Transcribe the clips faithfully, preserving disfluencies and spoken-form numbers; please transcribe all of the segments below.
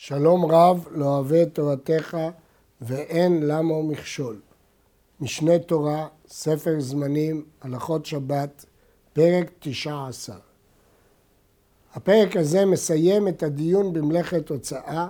שלום רב לא אוהב את תורתך ואין למה מכשול. משנה תורה, ספר זמנים, הלכות שבת, פרק תשע עשר. הפרק הזה מסיים את הדיון במלאכת הוצאה,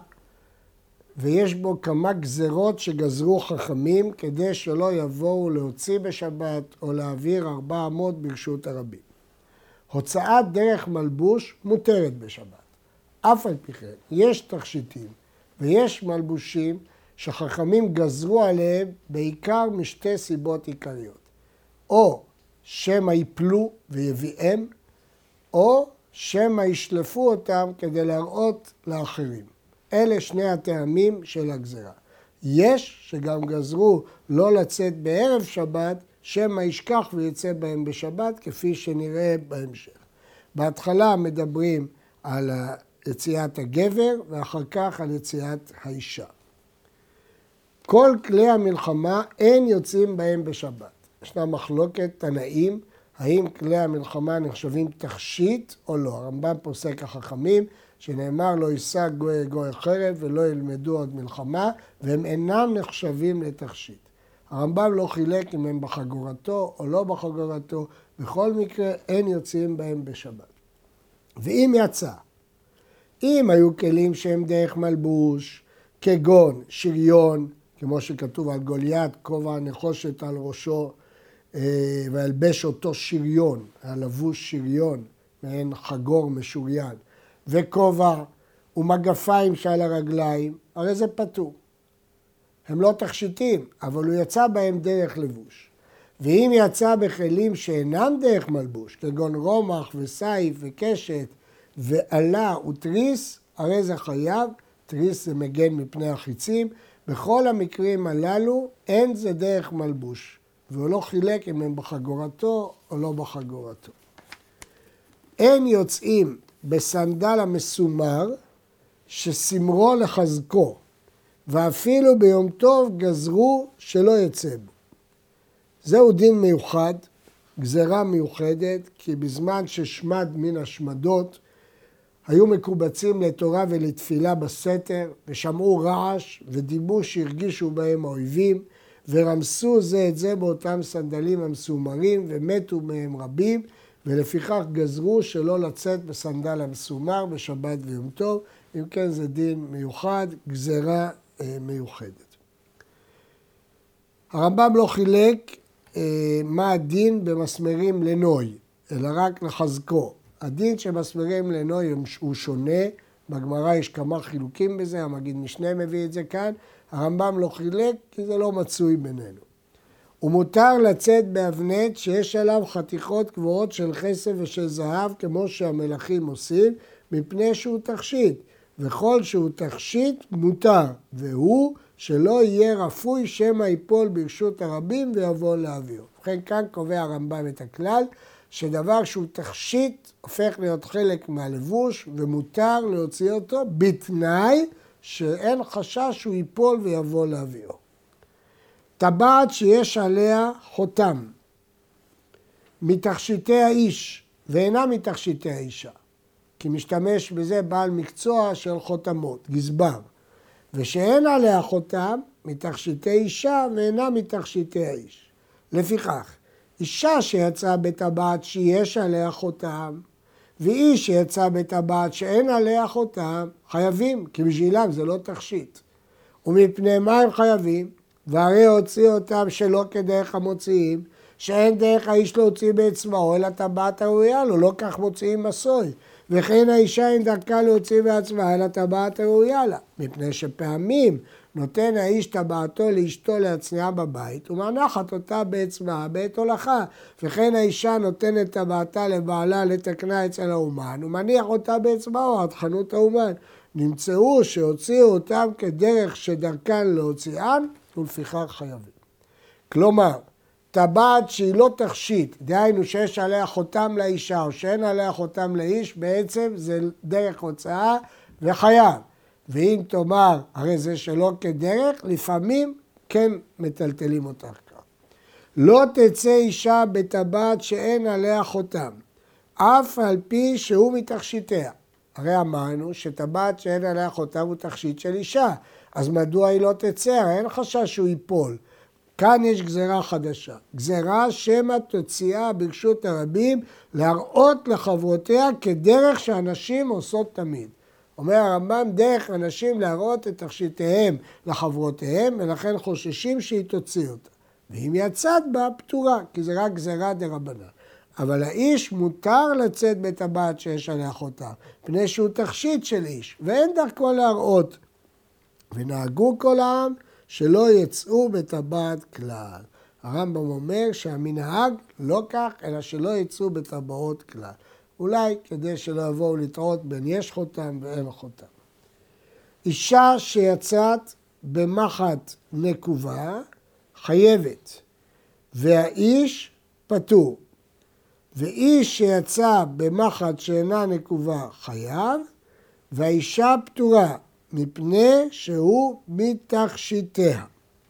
ויש בו כמה גזרות שגזרו חכמים כדי שלא יבואו להוציא בשבת או להעביר ארבע אמות ברשות הרבים. הוצאת דרך מלבוש מותרת בשבת. אף על פי כן, יש תכשיטים ויש מלבושים שחכמים גזרו עליהם בעיקר משתי סיבות עיקריות. או שמא יפלו ויביאם, או שמא ישלפו אותם כדי להראות לאחרים. אלה שני הטעמים של הגזרה. יש שגם גזרו לא לצאת בערב שבת, שמא ישכח ויצא בהם בשבת, כפי שנראה בהמשך. בהתחלה מדברים על יציאת הגבר, ואחר כך על יציאת האישה. כל כלי המלחמה אין יוצאים בהם בשבת. ישנה מחלוקת תנאים, האם כלי המלחמה נחשבים תכשיט או לא. הרמב"ם פוסק החכמים, שנאמר לא יישא גוי גוי חרב ולא ילמדו עוד מלחמה, והם אינם נחשבים לתכשיט. הרמב"ם לא חילק אם הם בחגורתו או לא בחגורתו, בכל מקרה אין יוצאים בהם בשבת. ואם יצא, אם היו כלים שהם דרך מלבוש, כגון שריון, כמו שכתוב על גוליית, כובע נחושת על ראשו, וילבש אותו שריון, הלבוש שריון, מעין חגור משוריין, וכובע ומגפיים שעל הרגליים, הרי זה פטור. הם לא תכשיטים, אבל הוא יצא בהם דרך לבוש. ואם יצא בכלים שאינם דרך מלבוש, כגון רומח וסייף וקשת, ועלה ותריס, הרי זה חייב, תריס זה מגן מפני החיצים, בכל המקרים הללו אין זה דרך מלבוש, והוא לא חילק אם הם בחגורתו או לא בחגורתו. אין יוצאים בסנדל המסומר שסמרו לחזקו, ואפילו ביום טוב גזרו שלא יצא בו. זהו דין מיוחד, גזרה מיוחדת, כי בזמן ששמד מן השמדות, היו מקובצים לתורה ולתפילה בסתר, ושמעו רעש ודיברו שהרגישו בהם האויבים, ורמסו זה את זה באותם סנדלים המסומרים, ומתו מהם רבים, ולפיכך גזרו שלא לצאת בסנדל המסומר בשבת ויום טוב. אם כן זה דין מיוחד, גזרה אה, מיוחדת. הרמב"ם לא חילק אה, מה הדין במסמרים לנוי, אלא רק לחזקו. הדין שמסמרים לנוי הוא שונה, בגמרא יש כמה חילוקים בזה, המגיד משנה מביא את זה כאן, הרמב"ם לא חילק כי זה לא מצוי בינינו. ומותר לצאת באבנט שיש עליו חתיכות גבוהות של חסד ושל זהב, כמו שהמלכים עושים, מפני שהוא תכשיט, וכל שהוא תכשיט מותר, והוא שלא יהיה רפוי שמא ייפול ברשות הרבים ויבוא לאוויר. ובכן כאן קובע הרמב"ם את הכלל, שדבר שהוא תכשיט הופך להיות חלק מהלבוש, ומותר להוציא אותו בתנאי שאין חשש שהוא ייפול ויבוא לאוויר. טבעת שיש עליה חותם מתכשיטי האיש ואינה מתכשיטי האישה, כי משתמש בזה בעל מקצוע של חותמות, גזבר, ושאין עליה חותם מתכשיטי אישה ואינה מתכשיטי האיש. לפיכך, אישה שיצאה בטבעת שיש עליה חותם, ואיש שיצא בטבעת שאין עליה חותם, חייבים, כי בשבילם זה לא תכשיט. ומפני מה הם חייבים? והרי הוציא אותם שלא כדרך המוציאים, שאין דרך האיש להוציא באצבעו, אלא טבעת הראויה לו, לא כך מוציאים מסוי. וכן האישה אין דרכה להוציא בעצמה, אלא טבעת הראויה לה. מפני שפעמים נותן האיש טבעתו לאשתו להצניעה בבית, ומנחת אותה באצבעה בעת הולכה. וכן האישה נותנת טבעתה לבעלה לתקנה אצל האומן, ומניח אותה באצבעו עד חנות האומן. נמצאו שהוציאו אותם כדרך שדרכן להוציאן, ולפיכך חייבים. כלומר, טבעת שהיא לא תכשיט, דהיינו שיש עליה חותם לאישה או שאין עליה חותם לאיש, בעצם זה דרך הוצאה וחייב. ואם תאמר, הרי זה שלא כדרך, לפעמים כן מטלטלים אותך כך. לא תצא אישה בטבעת שאין עליה חותם, אף על פי שהוא מתכשיטיה. הרי אמרנו שטבעת שאין עליה חותם הוא תכשיט של אישה, אז מדוע היא לא תצא? הרי אין חשש שהוא ייפול. כאן יש גזרה חדשה, גזרה שמא תוציאה ברשות הרבים להראות לחברותיה כדרך שאנשים עושות תמיד. אומר הרמב"ם, דרך אנשים להראות את תכשיטיהם לחברותיהם, ולכן חוששים שהיא תוציא אותה. ואם יצאת בה, פטורה, כי זה רק גזרה דרבנן. אבל האיש מותר לצאת בטבעת שיש עליה חותם, פני שהוא תכשיט של איש, ואין דרכו להראות. ונהגו כל העם שלא יצאו בטבעת כלל. הרמב"ם אומר שהמנהג לא כך, אלא שלא יצאו בטבעות כלל. אולי כדי שלא יבואו לטעות בין יש חותם ואין חותם. אישה שיצאת במחט נקובה חייבת, והאיש פטור. ואיש שיצא במחט שאינה נקובה חייב, והאישה פטורה מפני שהוא מתכשיטיה.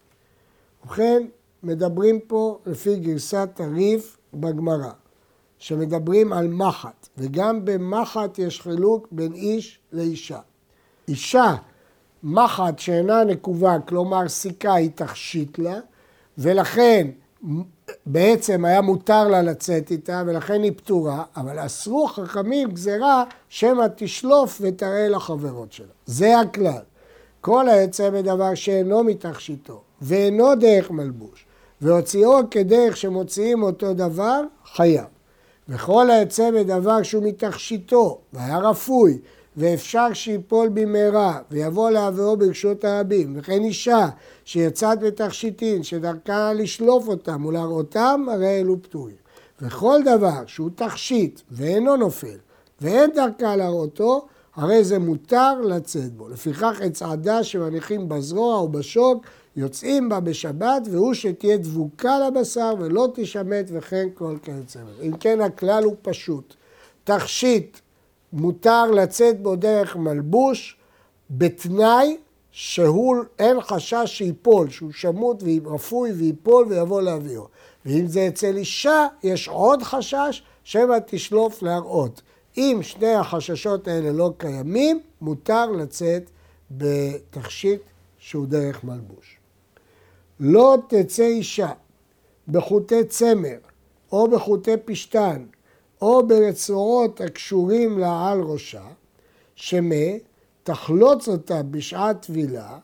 ובכן, מדברים פה לפי גרסת הריף בגמרא, שמדברים על מחט, וגם במחט יש חילוק בין איש לאישה. אישה, מחט שאינה נקובה, כלומר סיכה, היא תכשיט לה, ולכן בעצם היה מותר לה לצאת איתה, ולכן היא פטורה, אבל אסרו חכמים גזרה שמא תשלוף ותראה לחברות שלה. זה הכלל. כל היצא בדבר שאינו מתכשיטו, ואינו דרך מלבוש, והוציאו כדרך שמוציאים אותו דבר, חייב. וכל היצא בדבר שהוא מתכשיטו, והיה רפוי, ואפשר שיפול במהרה, ויבוא לעבירו ברשות הרבים, וכן אישה שיצאת בתכשיטין, שדרכה לשלוף אותם ולהראותם, הרי אלו פטורים. וכל דבר שהוא תכשיט ואינו נופל, ואין דרכה להראותו, הרי זה מותר לצאת בו. לפיכך הצעדה שמניחים בזרוע או בשוק, יוצאים בה בשבת, והוא שתהיה דבוקה לבשר ולא תשמט וכן כל כיוצא בזה. אם כן, הכלל הוא פשוט. תכשיט מותר לצאת בו דרך מלבוש, בתנאי שהוא אין חשש שיפול, שהוא שמות ורפוי ויפול ויבוא להביאו. ואם זה אצל אישה, יש עוד חשש שמא תשלוף להראות. אם שני החששות האלה לא קיימים, מותר לצאת בתכשיט שהוא דרך מלבוש. לא תצא אישה בחוטי צמר או בחוטי פשטן או ברצועות הקשורים לה על ראשה, שמה תחלוץ אותה בשעת טבילה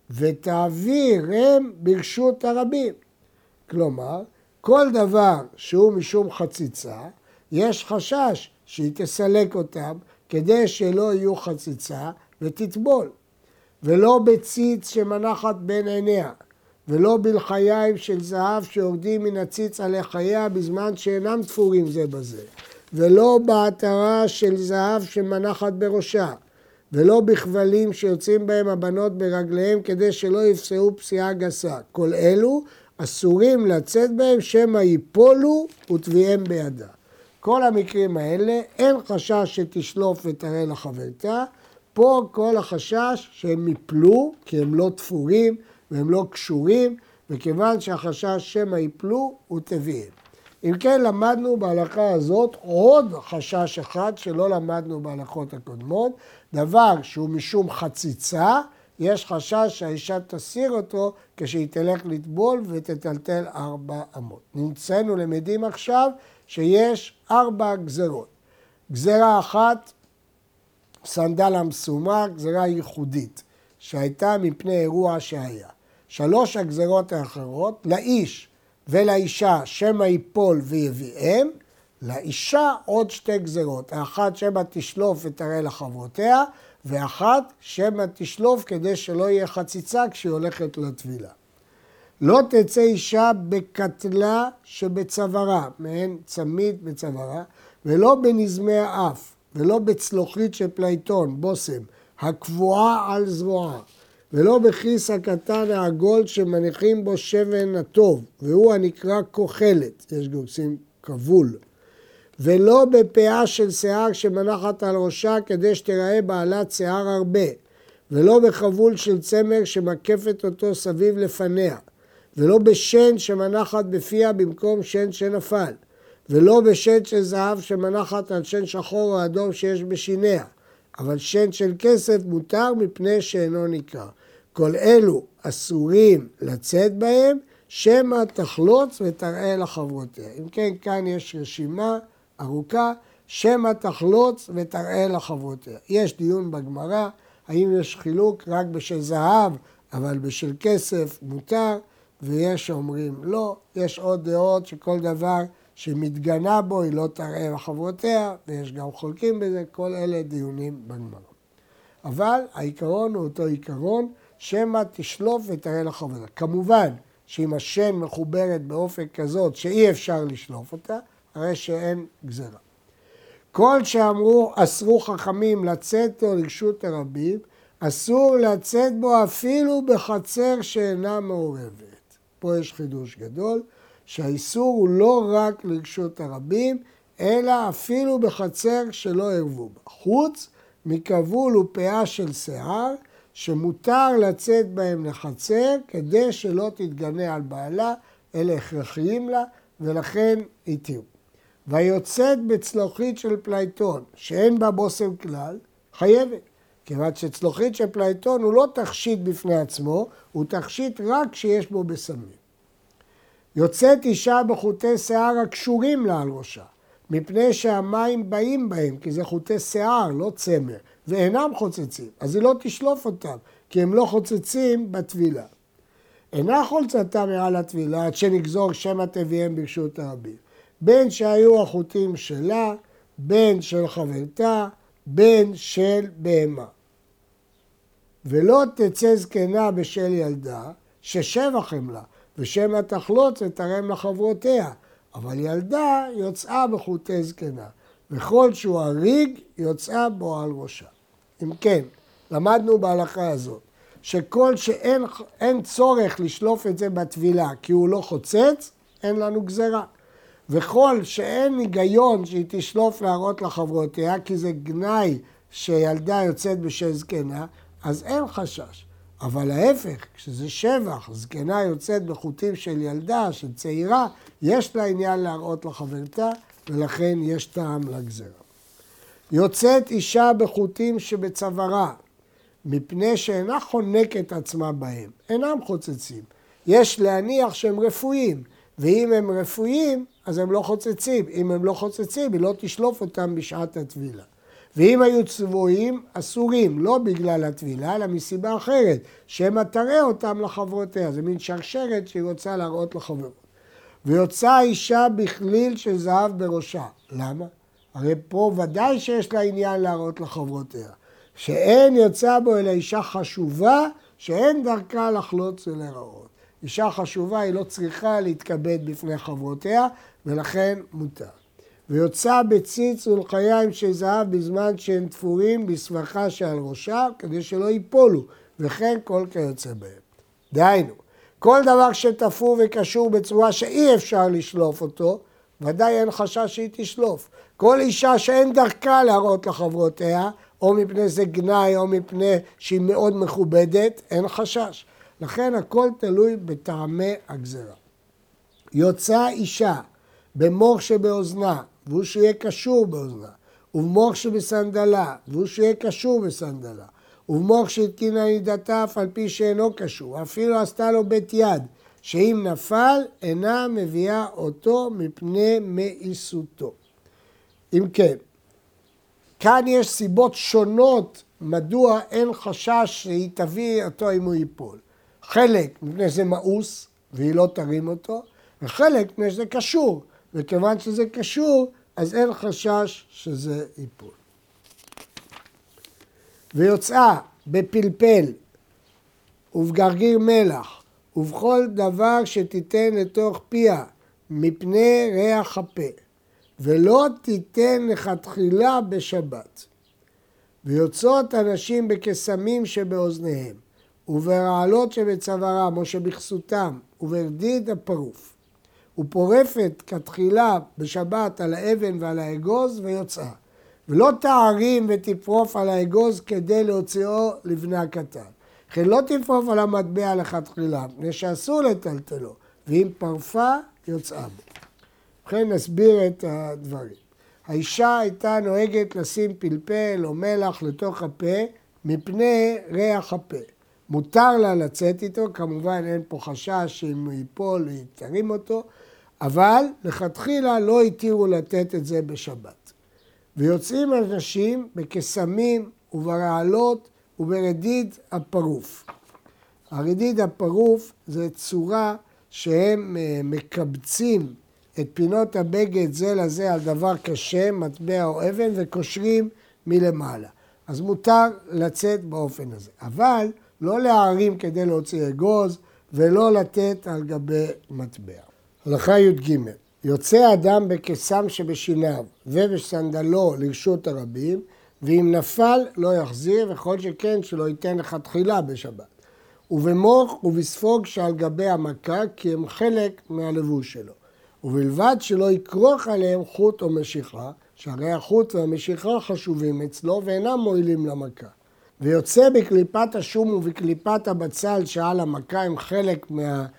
ותעבירם ברשות הרבים. כלומר, כל דבר שהוא משום חציצה, יש חשש שהיא תסלק אותם כדי שלא יהיו חציצה ותטבול. ולא בציץ שמנחת בין עיניה, ולא בלחיים של זהב שיורדים מן הציץ על לחייה בזמן שאינם תפורים זה בזה, ולא בעטרה של זהב שמנחת בראשה, ולא בכבלים שיוצאים בהם הבנות ברגליהם כדי שלא יפסעו פסיעה גסה. כל אלו אסורים לצאת בהם שמא ייפולו ותביאם בידה. כל המקרים האלה אין חשש שתשלוף ותראה לחברתה, פה כל החשש שהם יפלו כי הם לא תפורים והם לא קשורים, וכיוון שהחשש שמא ייפלו הוא תביאם. אם כן, למדנו בהלכה הזאת עוד חשש אחד שלא למדנו בהלכות הקודמות, דבר שהוא משום חציצה, יש חשש שהאישה תסיר אותו כשהיא תלך לטבול ותטלטל ארבע אמות. נמצאנו למדים עכשיו שיש ארבע גזרות. גזרה אחת, סנדל המסומר, גזרה ייחודית, שהייתה מפני אירוע שהיה. שלוש הגזרות האחרות, לאיש ולאישה שמא ייפול ויביאם, לאישה עוד שתי גזרות, האחת שמא תשלוף ותראה לחברותיה, ואחת שמא תשלוף כדי שלא יהיה חציצה כשהיא הולכת לטבילה. לא תצא אישה בקטלה שבצווארה, מעין צמית בצווארה, ולא בנזמי האף, ולא בצלוחית של פלייטון, בושם, הקבועה על זרועה, ולא בכיס הקטן העגול שמניחים בו שמן הטוב, והוא הנקרא כוחלת, יש גורסים כבול, ולא בפאה של שיער שמנחת על ראשה כדי שתראה בעלת שיער הרבה, ולא בחבול של צמר שמקפת אותו סביב לפניה, ולא בשן שמנחת בפיה במקום שן שנפל, ולא בשן של זהב שמנחת על שן שחור או אדום שיש בשיניה, אבל שן של כסף מותר מפני שאינו ניכר. כל אלו אסורים לצאת בהם, שמא תחלוץ ותראה לחברותיה. אם כן, כאן יש רשימה ארוכה, שמא תחלוץ ותראה לחברותיה. יש דיון בגמרא, האם יש חילוק רק בשל זהב, אבל בשל כסף מותר, ויש אומרים לא. יש עוד דעות שכל דבר שמתגנה בו היא לא תראה לחברותיה, ויש גם חולקים בזה, כל אלה דיונים בגמרא. אבל העיקרון הוא אותו עיקרון, שמא תשלוף ותראה לחברותיה. כמובן שאם השן מחוברת באופן כזאת שאי אפשר לשלוף אותה, הרי שאין גזרה. כל שאמרו אסרו חכמים לצאת או לרשות הרבים, אסור לצאת בו אפילו בחצר שאינה מעורבת. פה יש חידוש גדול, שהאיסור הוא לא רק לרשות הרבים, אלא אפילו בחצר שלא ערבו בה. חוץ מכבול ופאה של שיער, שמותר לצאת בהם לחצר, כדי שלא תתגנה על בעלה, אלה הכרחיים לה, ולכן התירו. והיוצאת בצלוחית של פלייטון, שאין בה בושם כלל, חייבת. כיוון שצלוחית של פלייטון הוא לא תכשיט בפני עצמו, הוא תכשיט רק שיש בו בשמים. יוצאת אישה בחוטי שיער הקשורים לה על ראשה, מפני שהמים באים בהם, כי זה חוטי שיער, לא צמר, ואינם חוצצים, אז היא לא תשלוף אותם, כי הם לא חוצצים בטבילה. אינה חולצתה מעל הטבילה, עד שנגזור שמא תביאם ברשות הרבים. בין שהיו החוטים שלה, בין של חברתה, בין של בהמה. ולא תצא זקנה בשל ילדה, ששבח הם לה, ושמא תחלוץ ותרם לחברותיה. אבל ילדה יוצאה בחוטי זקנה, וכל שהוא הריג יוצאה בו על ראשה. אם כן, למדנו בהלכה הזאת, שכל שאין אין צורך לשלוף את זה בטבילה, כי הוא לא חוצץ, אין לנו גזרה. וכל שאין היגיון שהיא תשלוף להראות לחברותיה, כי זה גנאי שילדה יוצאת בשל זקנה, אז אין חשש. אבל ההפך, כשזה שבח, זקנה יוצאת בחוטים של ילדה, של צעירה, יש לה עניין להראות לחברתה, ולכן יש טעם לגזרה. יוצאת אישה בחוטים שבצווארה, מפני שאינה חונקת עצמה בהם, אינם חוצצים. יש להניח שהם רפואיים, ואם הם רפואיים, אז הם לא חוצצים. אם הם לא חוצצים, היא לא תשלוף אותם בשעת הטבילה. ואם היו צבועים, אסורים, לא בגלל הטבילה, אלא מסיבה אחרת, שמא תראה אותם לחברותיה. זה מין שרשרת שהיא רוצה להראות לחברות. ויוצאה אישה בכליל של זהב בראשה. למה? הרי פה ודאי שיש לה עניין להראות לחברותיה. שאין יוצא בו אלא אישה חשובה, שאין דרכה לחלוץ ולראות. אישה חשובה היא לא צריכה להתכבד בפני חברותיה, ולכן מותר. ויוצא בציץ ולחיים של זהב בזמן שהם תפורים בסבכה שעל ראשה, כדי שלא ייפולו, וכן כל כיוצא בהם. דהיינו, כל דבר שתפור וקשור בצורה שאי אפשר לשלוף אותו, ודאי אין חשש שהיא תשלוף. כל אישה שאין דרכה להראות לחברותיה, או מפני זה גנאי, או מפני שהיא מאוד מכובדת, אין חשש. לכן הכל תלוי בטעמי הגזרה. יוצא אישה במוח שבאוזנה, והוא שיהיה קשור באוזנה, ובמוח שבסנדלה, והוא שיהיה קשור בסנדלה, ובמוח שהתקינה נידתה אף על פי שאינו קשור, אפילו עשתה לו בית יד, שאם נפל אינה מביאה אותו מפני מאיסותו. אם כן, כאן יש סיבות שונות מדוע אין חשש שהיא תביא אותו אם הוא ייפול. חלק מפני שזה מאוס והיא לא תרים אותו, וחלק מפני שזה קשור, וכיוון שזה קשור, אז אין חשש שזה ייפול. ויוצאה בפלפל ובגרגיר מלח ובכל דבר שתיתן לתוך פיה מפני ריח הפה, ולא תיתן לכתחילה בשבת. ויוצאות אנשים בקסמים שבאוזניהם, וברעלות שבצווארם או שבכסותם, וברדיד הפרוף. ופורפת כתחילה בשבת על האבן ועל האגוז ויוצאה. ולא תערים ותפרוף על האגוז כדי להוציאו לבנה הקטן. לכן לא תפרוף על המטבע לכתחילה, מפני שאסור לטלטלו, ואם פרפה יוצאה בו. לכן נסביר את הדברים. האישה הייתה נוהגת לשים פלפל או מלח לתוך הפה מפני ריח הפה. מותר לה לצאת איתו, כמובן אין פה חשש שאם הוא ייפול יתרים אותו, אבל לכתחילה לא התירו לתת את זה בשבת. ויוצאים אנשים בקסמים וברעלות וברדיד הפרוף. הרדיד הפרוף זה צורה שהם מקבצים את פינות הבגד זה לזה על דבר קשה, מטבע או אבן, וקושרים מלמעלה. אז מותר לצאת באופן הזה. אבל לא להערים כדי להוציא אגוז, ולא לתת על גבי מטבע. הלכה י"ג. יוצא אדם בקסם שבשיניו ובסנדלו לרשות הרבים, ואם נפל לא יחזיר, וכל שכן שלא ייתן לכתחילה בשבת. ובמוח ובספוג שעל גבי המכה, כי הם חלק מהלבוש שלו. ובלבד שלא יקרוך עליהם חוט או משיכה, שהרי החוט והמשיכה חשובים אצלו ואינם מועילים למכה. ויוצא בקליפת השום ובקליפת הבצל שעל המכה הם חלק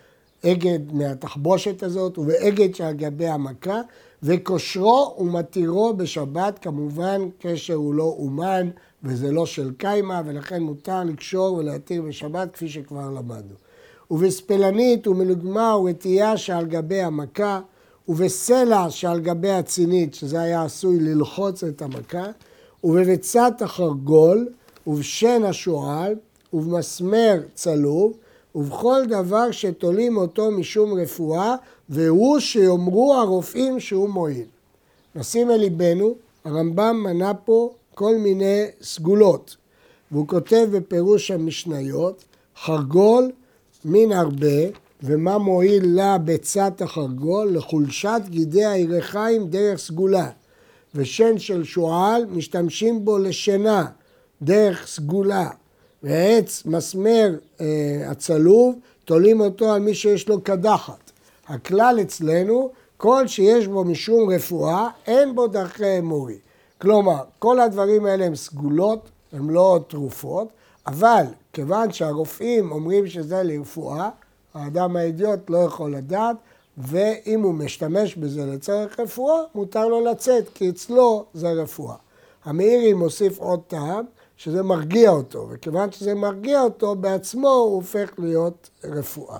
מהאגד, מהתחבושת הזאת, ובאגד שעל גבי המכה, וקושרו ומתירו בשבת, כמובן קשר הוא לא אומן וזה לא של קיימה, ולכן מותר לקשור ולהתיר בשבת כפי שכבר למדנו. ובספלנית ומלוגמה ורתייה שעל גבי המכה, ובסלע שעל גבי הצינית, שזה היה עשוי ללחוץ את המכה, ובביצת החרגול, ובשן השועל, ובמסמר צלוב, ובכל דבר שתולים אותו משום רפואה, והוא שיאמרו הרופאים שהוא מועיל. נשים אל ליבנו, הרמב"ם מנה פה כל מיני סגולות, והוא כותב בפירוש המשניות, חרגול מין הרבה, ומה מועיל לה ביצת החרגול? לחולשת גידי הירכיים דרך סגולה. ושן של שועל משתמשים בו לשינה דרך סגולה. ועץ מסמר אה, הצלוב תולים אותו על מי שיש לו קדחת. הכלל אצלנו, כל שיש בו משום רפואה, אין בו דרכי אמורי. כלומר, כל הדברים האלה הם סגולות, הם לא תרופות, אבל כיוון שהרופאים אומרים שזה לרפואה, האדם האידיוט לא יכול לדעת, ואם הוא משתמש בזה לצורך רפואה, מותר לו לצאת, כי אצלו זה רפואה. המאירי מוסיף עוד טעם, שזה מרגיע אותו, וכיוון שזה מרגיע אותו, בעצמו הוא הופך להיות רפואה.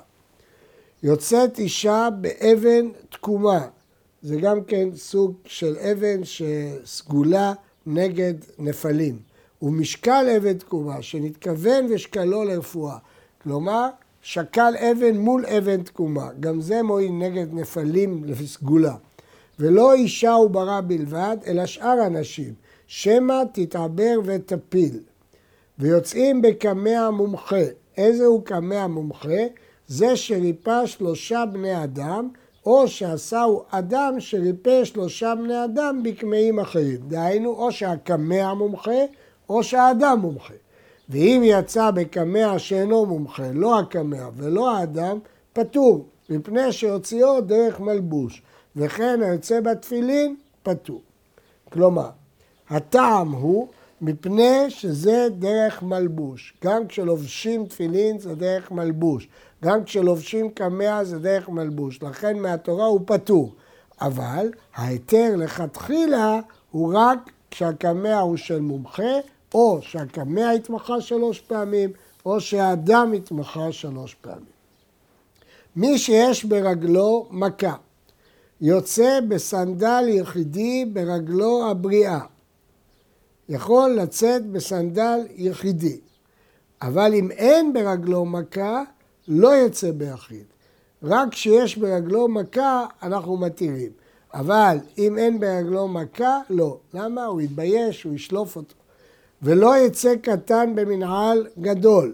יוצאת אישה באבן תקומה, זה גם כן סוג של אבן שסגולה נגד נפלים. ומשקל אבן תקומה, שנתכוון ושקלו לרפואה. כלומר, שקל אבן מול אבן תקומה, גם זה מועיל נגד נפלים לסגולה. ולא אישה וברה בלבד, אלא שאר אנשים, שמא תתעבר ותפיל. ויוצאים בקמע המומחה. איזה הוא קמע המומחה? זה שריפא שלושה בני אדם, או שעשהו אדם שריפא שלושה בני אדם בקמעים אחרים. דהיינו, או שהקמע מומחה, או שהאדם מומחה. ואם יצא בקמע שאינו מומחה, לא הקמע ולא האדם, פטור, מפני שהוציאו דרך מלבוש. וכן היוצא בתפילין, פטור. כלומר, הטעם הוא מפני שזה דרך מלבוש. גם כשלובשים תפילין זה דרך מלבוש. גם כשלובשים קמע זה דרך מלבוש. לכן מהתורה הוא פטור. אבל ההיתר לכתחילה הוא רק כשהקמע הוא של מומחה, או שהקמע התמחה שלוש פעמים, או שהאדם התמחה שלוש פעמים. מי שיש ברגלו מכה, יוצא בסנדל יחידי ברגלו הבריאה. יכול לצאת בסנדל יחידי. אבל אם אין ברגלו מכה, לא יצא ביחיד. רק כשיש ברגלו מכה, אנחנו מתירים. אבל אם אין ברגלו מכה, לא. למה? הוא יתבייש, הוא ישלוף אותו. ולא יצא קטן במנעל גדול.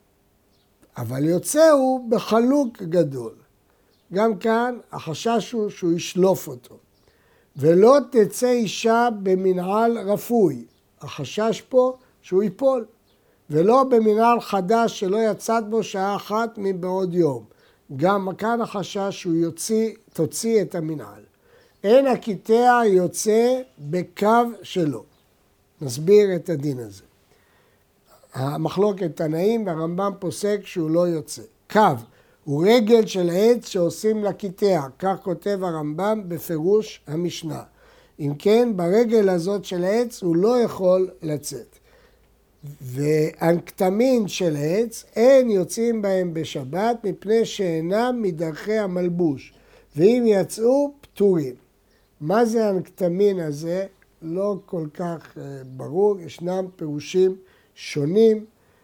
אבל יוצא הוא בחלוק גדול. גם כאן החשש הוא שהוא ישלוף אותו. ולא תצא אישה במנעל רפוי. החשש פה שהוא ייפול. ולא במנעל חדש שלא יצאת בו שעה אחת מבעוד יום. גם כאן החשש שהוא יוציא, תוציא את המנעל. אין הקיטע יוצא בקו שלו. נסביר את הדין הזה. המחלוקת תנאים והרמב"ם פוסק שהוא לא יוצא. קו הוא רגל של עץ שעושים לקיטע, כך כותב הרמב"ם בפירוש המשנה. אם כן, ברגל הזאת של העץ הוא לא יכול לצאת. והכתמים של העץ, אין יוצאים בהם בשבת מפני שאינם מדרכי המלבוש, ואם יצאו, פטורים. מה זה הכתמים הזה? לא כל כך ברור, ישנם פירושים שונים.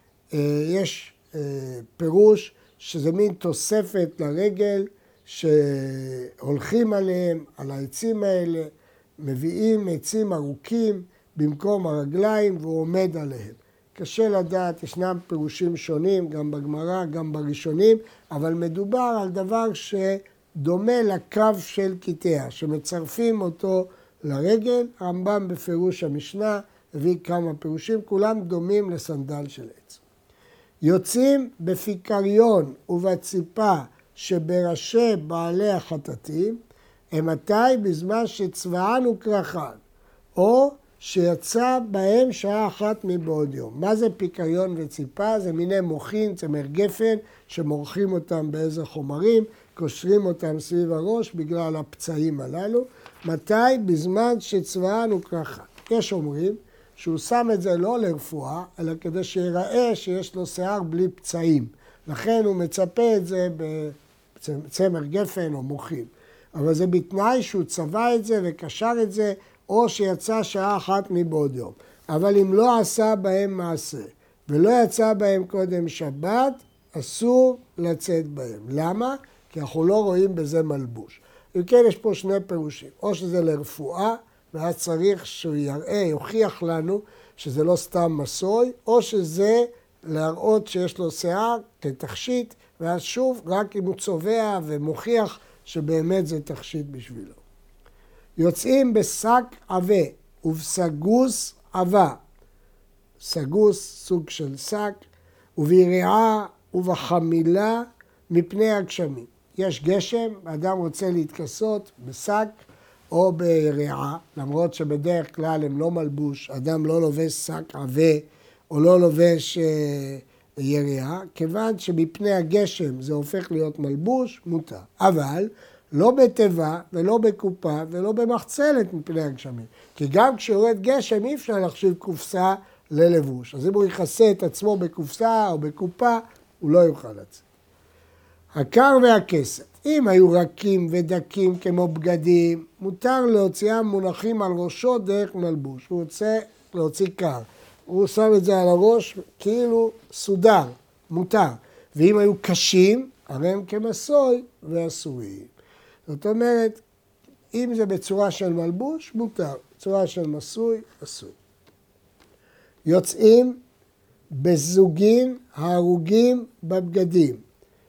יש פירוש שזה מין תוספת לרגל שהולכים עליהם, על העצים האלה, מביאים עצים ארוכים במקום הרגליים והוא עומד עליהם. קשה לדעת, ישנם פירושים שונים, גם בגמרא, גם בראשונים, אבל מדובר על דבר שדומה לקו של קטע, שמצרפים אותו לרגל. הרמב"ם בפירוש המשנה הביא כמה פירושים, כולם דומים לסנדל של עץ. יוצאים בפיקריון ובציפה שבראשי בעלי החטטים, הם מתי? בזמן שצבען וקרחן, או שיצא בהם שעה אחת מבעוד יום. מה זה פיקריון וציפה? זה מיני מוחין, צמר גפן, שמורחים אותם באיזה חומרים, קושרים אותם סביב הראש בגלל הפצעים הללו. מתי? בזמן שצבען וקרחן. יש אומרים שהוא שם את זה לא לרפואה, אלא כדי שיראה שיש לו שיער בלי פצעים. לכן הוא מצפה את זה בצמר גפן או מוחין. אבל זה בתנאי שהוא צבע את זה וקשר את זה, או שיצא שעה אחת מבעוד יום. אבל אם לא עשה בהם מעשה, ולא יצא בהם קודם שבת, אסור לצאת בהם. למה? כי אנחנו לא רואים בזה מלבוש. וכן יש פה שני פירושים. או שזה לרפואה, ואז צריך שהוא יראה, יוכיח לנו שזה לא סתם מסוי, או שזה להראות שיש לו שיער כתכשיט, ואז שוב, רק אם הוא צובע ומוכיח שבאמת זה תכשיט בשבילו. יוצאים בשק עבה ובסגוס עבה, סגוס סוג של שק, וביריעה ובחמילה מפני הגשמים. יש גשם, האדם רוצה להתכסות בשק או ביריעה, למרות שבדרך כלל הם לא מלבוש, אדם לא לובש שק עבה או לא לובש יריעה, כיוון שמפני הגשם זה הופך להיות מלבוש, מותר. אבל לא בטבע ולא בקופה ולא במחצלת מפני הגשמים. כי גם כשיורד גשם אי אפשר להחשיב קופסה ללבוש. אז אם הוא יכסה את עצמו בקופסה או בקופה, הוא לא יוכל לצאת. הקר והכסת, אם היו רכים ודקים כמו בגדים, מותר להוציאם מונחים על ראשו דרך מלבוש. הוא רוצה להוציא קר. הוא שם את זה על הראש כאילו סודר, מותר. ואם היו קשים, הרי הם כמסוי ואסוריים. זאת אומרת, אם זה בצורה של מלבוש, מותר. בצורה של מסוי, אסור. יוצאים בזוגים ההרוגים בבגדים.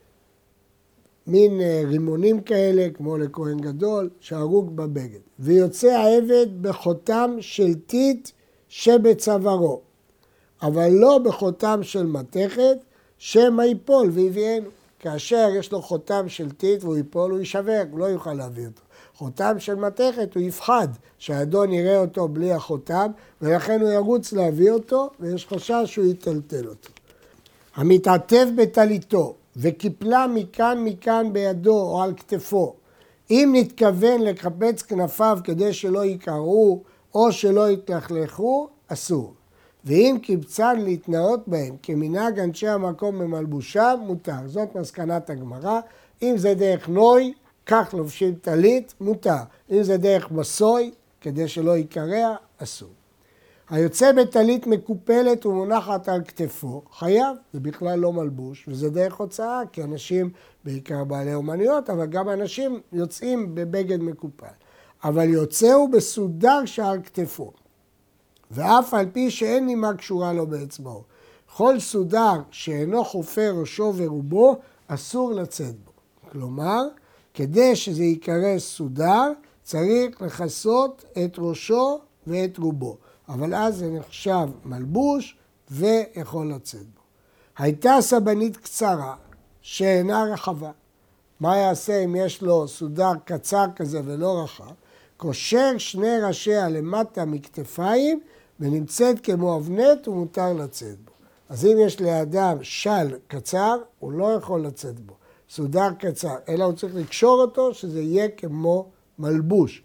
מין רימונים כאלה, כמו לכהן גדול, שהרוג בבגד. ויוצא העבד בחותם של טיט שבצווארו, אבל לא בחותם של מתכת, שמא ייפול והביאנו. כאשר יש לו חותם של טיט והוא ייפול, הוא יישבר, הוא לא יוכל להביא אותו. חותם של מתכת הוא יפחד שהאדון יראה אותו בלי החותם, ולכן הוא ירוץ להביא אותו, ויש חשש שהוא יטלטל אותו. המתעטף בטליתו וקיפלה מכאן מכאן בידו או על כתפו, אם נתכוון לקפץ כנפיו כדי שלא יקרעו או שלא יתלכלכו, אסור. ואם קיבצן להתנאות בהם כמנהג אנשי המקום במלבושם, מותר. זאת מסקנת הגמרא. אם זה דרך נוי, כך לובשים טלית, מותר. אם זה דרך מסוי, כדי שלא יקרע, אסור. היוצא בטלית מקופלת ומונחת על כתפו, חייב, זה בכלל לא מלבוש, וזה דרך הוצאה, כי אנשים, בעיקר בעלי אומנויות, אבל גם אנשים יוצאים בבגד מקופל. אבל יוצא הוא בסודר שעל כתפו, ואף על פי שאין נימה קשורה לו באצבעו. כל סודר שאינו חופר ראשו ורובו, אסור לצאת בו. כלומר, כדי שזה יקרא סודר, צריך לכסות את ראשו ואת רובו. אבל אז זה נחשב מלבוש ויכול לצאת בו. הייתה סבנית קצרה שאינה רחבה. מה יעשה אם יש לו סודר קצר כזה ולא רחב? קושר שני ראשיה למטה מכתפיים ונמצאת כמו אבנט ומותר לצאת בו. אז אם יש לאדם של קצר, הוא לא יכול לצאת בו. סודר קצר, אלא הוא צריך לקשור אותו שזה יהיה כמו מלבוש.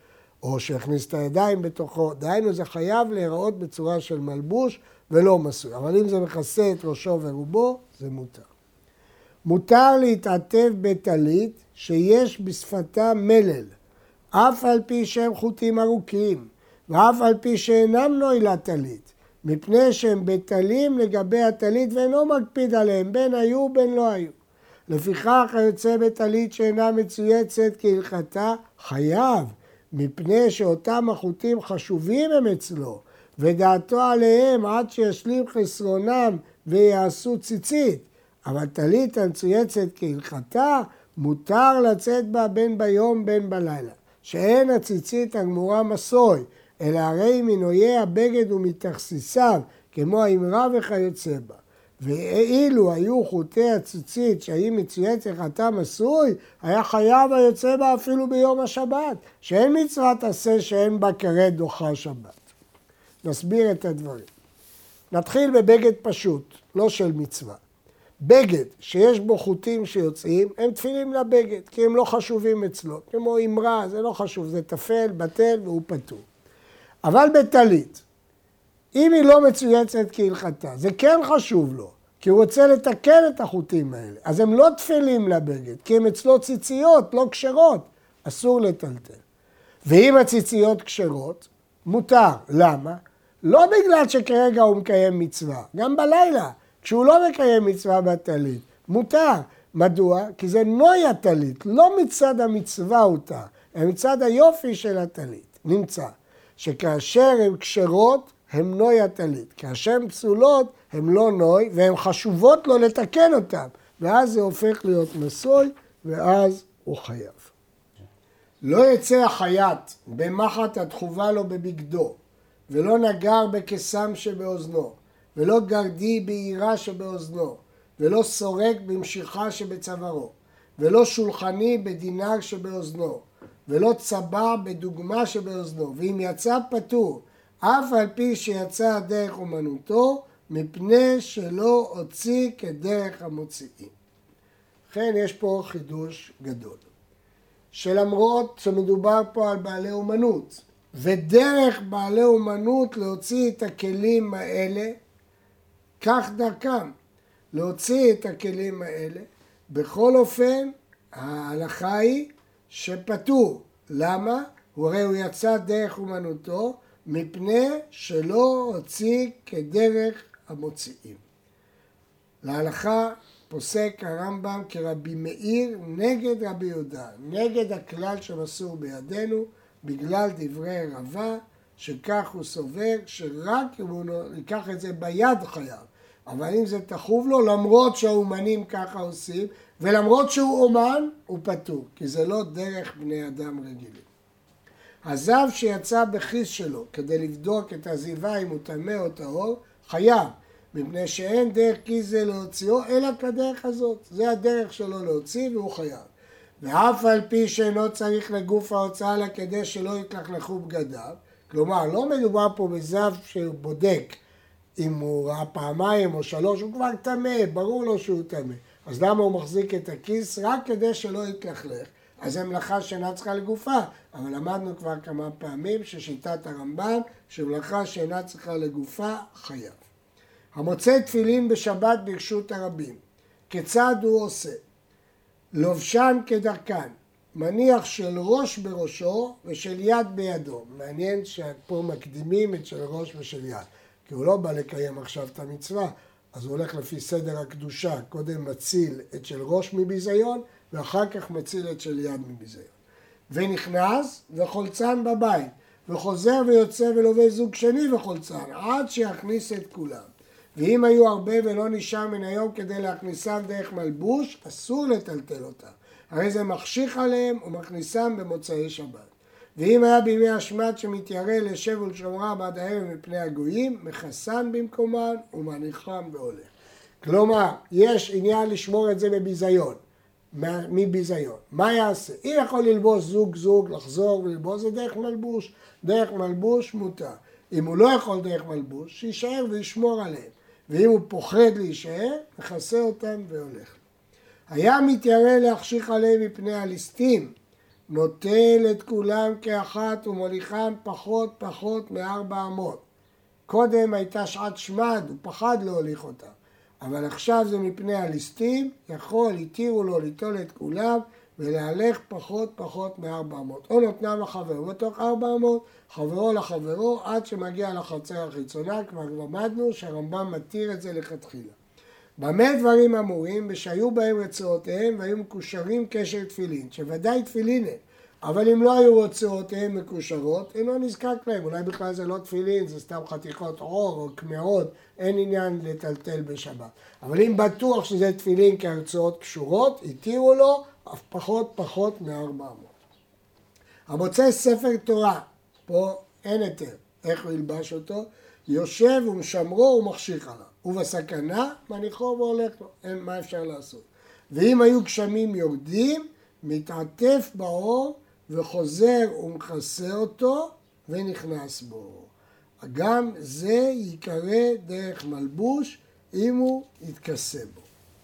או שיכניס את הידיים בתוכו, דהיינו זה חייב להיראות בצורה של מלבוש ולא מסוי, אבל אם זה מכסה את ראשו ורובו, זה מותר. מותר להתעטף בטלית שיש בשפתה מלל, אף על פי שהם חוטים ארוכים, ואף על פי שאינם נועילה טלית, מפני שהם בטלים לגבי הטלית ואינו מקפיד עליהם, בין היו בין לא היו. לפיכך היוצא בטלית שאינה מצויצת כהלכתה חייב, מפני שאותם החוטים חשובים הם אצלו, ודעתו עליהם עד שישלים חסרונם ויעשו ציצית. אבל טלית המצויצת כהלכתה מותר לצאת בה בין ביום בין בלילה, שאין הציצית הגמורה מסוי, אלא הרי מנויי הבגד ומתכסיסיו, כמו האמרה וכיוצא בה. ואילו היו חוטי הציצית שהיא מצויצת כהלכתה מסוי, היה חייב היוצא בה אפילו ביום השבת, שאין מצוות עשה שאין בה כרת דוחה שבת. נסביר את הדברים. נתחיל בבגד פשוט, לא של מצווה. בגד שיש בו חוטים שיוצאים, הם תפילים לבגד, כי הם לא חשובים אצלו. כמו אמרה, זה לא חשוב, זה תפל, בטל והוא פטור. אבל בטלית, אם היא לא מצויצת כהלכתה, זה כן חשוב לו, כי הוא רוצה לתקן את החוטים האלה. אז הם לא תפילים לבגד, כי הם אצלו ציציות, לא כשרות, אסור לטלטל. ואם הציציות כשרות, מותר. למה? לא בגלל שכרגע הוא מקיים מצווה, גם בלילה. כשהוא לא מקיים מצווה בטלית, מותר. מדוע? כי זה נוי הטלית, לא מצד המצווה הותר, אלא מצד היופי של הטלית. נמצא שכאשר הן כשרות, הן נוי הטלית. כאשר הן פסולות, הן לא נוי, והן חשובות לו לתקן אותן. ואז זה הופך להיות מסוי, ואז הוא חייב. לא יצא החייט במחט התחובה לו בבגדו, ולא נגר בקסם שבאוזנו, ולא גרדי בעירה שבאוזנו, ולא סורק במשיכה שבצווארו, ולא שולחני בדינר שבאוזנו, ולא צבע בדוגמה שבאוזנו, ואם יצא פטור, אף על פי שיצא דרך אומנותו, מפני שלא הוציא כדרך המוציאים. לכן יש פה חידוש גדול, שלמרות שמדובר פה על בעלי אומנות, ודרך בעלי אומנות להוציא את הכלים האלה, כך דרכם, להוציא את הכלים האלה, בכל אופן ההלכה היא שפטור. למה? הוא הרי הוא יצא דרך אומנותו, מפני שלא הוציא כדרך המוציאים. להלכה פוסק הרמב"ם כרבי מאיר נגד רבי יהודה, נגד הכלל שמסור בידינו, בגלל דברי רבה, שכך הוא סובר, שרק אם הוא ייקח את זה ביד חייב. אבל אם זה תחוב לו, למרות שהאומנים ככה עושים, ולמרות שהוא אומן, הוא פטור, כי זה לא דרך בני אדם רגילים. הזב שיצא בכיס שלו כדי לבדוק את הזיבה אם הוא טמא או טהור, חייב, מפני שאין דרך כיס זה להוציאו, אלא כדרך הזאת. זה הדרך שלו להוציא והוא חייב. ואף על פי שאינו צריך לגוף ההוצאה לה כדי שלא יתלכלכו בגדיו, כלומר, לא מדובר פה בזב שבודק אם הוא ראה פעמיים או שלוש, הוא כבר טמא, ברור לו שהוא טמא. אז למה הוא מחזיק את הכיס? רק כדי שלא יתלכלך. אז זה מלאכה שאינה צריכה לגופה, אבל למדנו כבר כמה פעמים ששיטת הרמב"ן, שמלאכה שאינה צריכה לגופה, חייב. המוצא תפילין בשבת ברשות הרבים, כיצד הוא עושה? לובשן כדרכן, מניח של ראש בראשו ושל יד בידו. מעניין שפה מקדימים את של ראש ושל יד, כי הוא לא בא לקיים עכשיו את המצווה, אז הוא הולך לפי סדר הקדושה, קודם מציל את של ראש מביזיון, ואחר כך מציל את של יד מביזיון. ונכנס וחולצן בבית, וחוזר ויוצא ולובש זוג שני וחולצן, עד שיכניס את כולם. ואם היו הרבה ולא נשאר מן היום כדי להכניסם דרך מלבוש, אסור לטלטל אותם. הרי זה מחשיך עליהם ומכניסם במוצאי שבת. ואם היה בימי השמד שמתיירא לשב ולשומרה בעד הערב מפני הגויים, מכסן במקומן ומניחם והולך. כלומר, יש עניין לשמור את זה בביזיון, מביזיון. מה יעשה? אם יכול ללבוש זוג זוג, לחזור וללבוש, זה דרך מלבוש. דרך מלבוש מותר. אם הוא לא יכול דרך מלבוש, שישאר וישמור עליהם. ואם הוא פוחד להישאר, מכסה אותם והולך. היה מתיירא להחשיך עליהם מפני הליסטים, נוטל את כולם כאחת ומוליכם פחות פחות מארבע אמות. קודם הייתה שעת שמד, הוא פחד להוליך אותה. אבל עכשיו זה מפני הליסטים, יכול, התירו לו ליטול את כולם ולהלך פחות פחות מארבע אמות. או נותנם לחברו בתוך ארבע אמות, חברו לחברו, עד שמגיע לחצר החיצונה, כבר למדנו שהרמב"ם מתיר את זה לכתחילה. במה דברים אמורים? בשהיו בהם רצועותיהם והיו מקושרים קשר תפילין, שוודאי תפילין הם. אבל אם לא היו רצועותיהם מקושרות, אינו נזקק להם. אולי בכלל זה לא תפילין, זה סתם חתיכות עור או קמעות, אין עניין לטלטל בשבת. אבל אם בטוח שזה תפילין כי הרצועות קשורות, התירו לו אף פחות פחות מארבע אמות. המוצא ספר תורה, פה אין היתר, איך הוא ילבש אותו? יושב ומשמרו ומחשיך עליו. ובסכנה מניחו והולך לו, אין מה אפשר לעשות. ואם היו גשמים יורדים, מתעטף באור וחוזר ומכסה אותו ונכנס בו. גם זה ייקרא דרך מלבוש אם הוא יתכסה בו.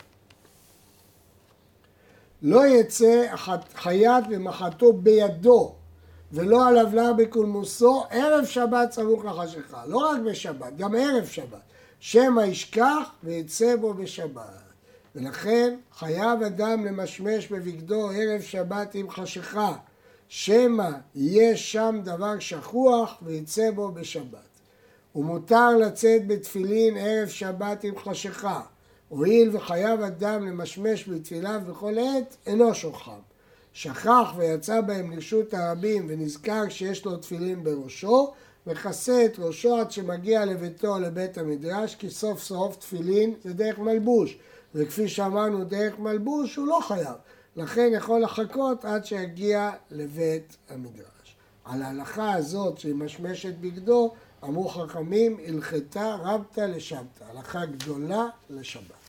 לא יצא חייט ומחתו בידו ולא על אבלה בקולמוסו ערב שבת סמוך לחשיכה. לא רק בשבת, גם ערב שבת. שמא ישכח ויצא בו בשבת. ולכן חייב אדם למשמש בבגדו ערב שבת עם חשיכה. שמא יהיה שם דבר שכוח ויצא בו בשבת. ומותר לצאת בתפילין ערב שבת עם חשיכה. הואיל וחייב אדם למשמש בתפיליו בכל עת, אינו שוכחם. שכח ויצא בהם לרשות הרבים ונזכר שיש לו תפילין בראשו, מכסה את ראשו עד שמגיע לביתו או לבית המדרש, כי סוף סוף תפילין זה דרך מלבוש. וכפי שאמרנו דרך מלבוש הוא לא חייב. לכן יכול לחכות עד שיגיע לבית המדרש. על ההלכה הזאת שהיא משמשת בגדו, אמרו חכמים, הלכתה רבתא לשבתא. הלכה גדולה לשבת.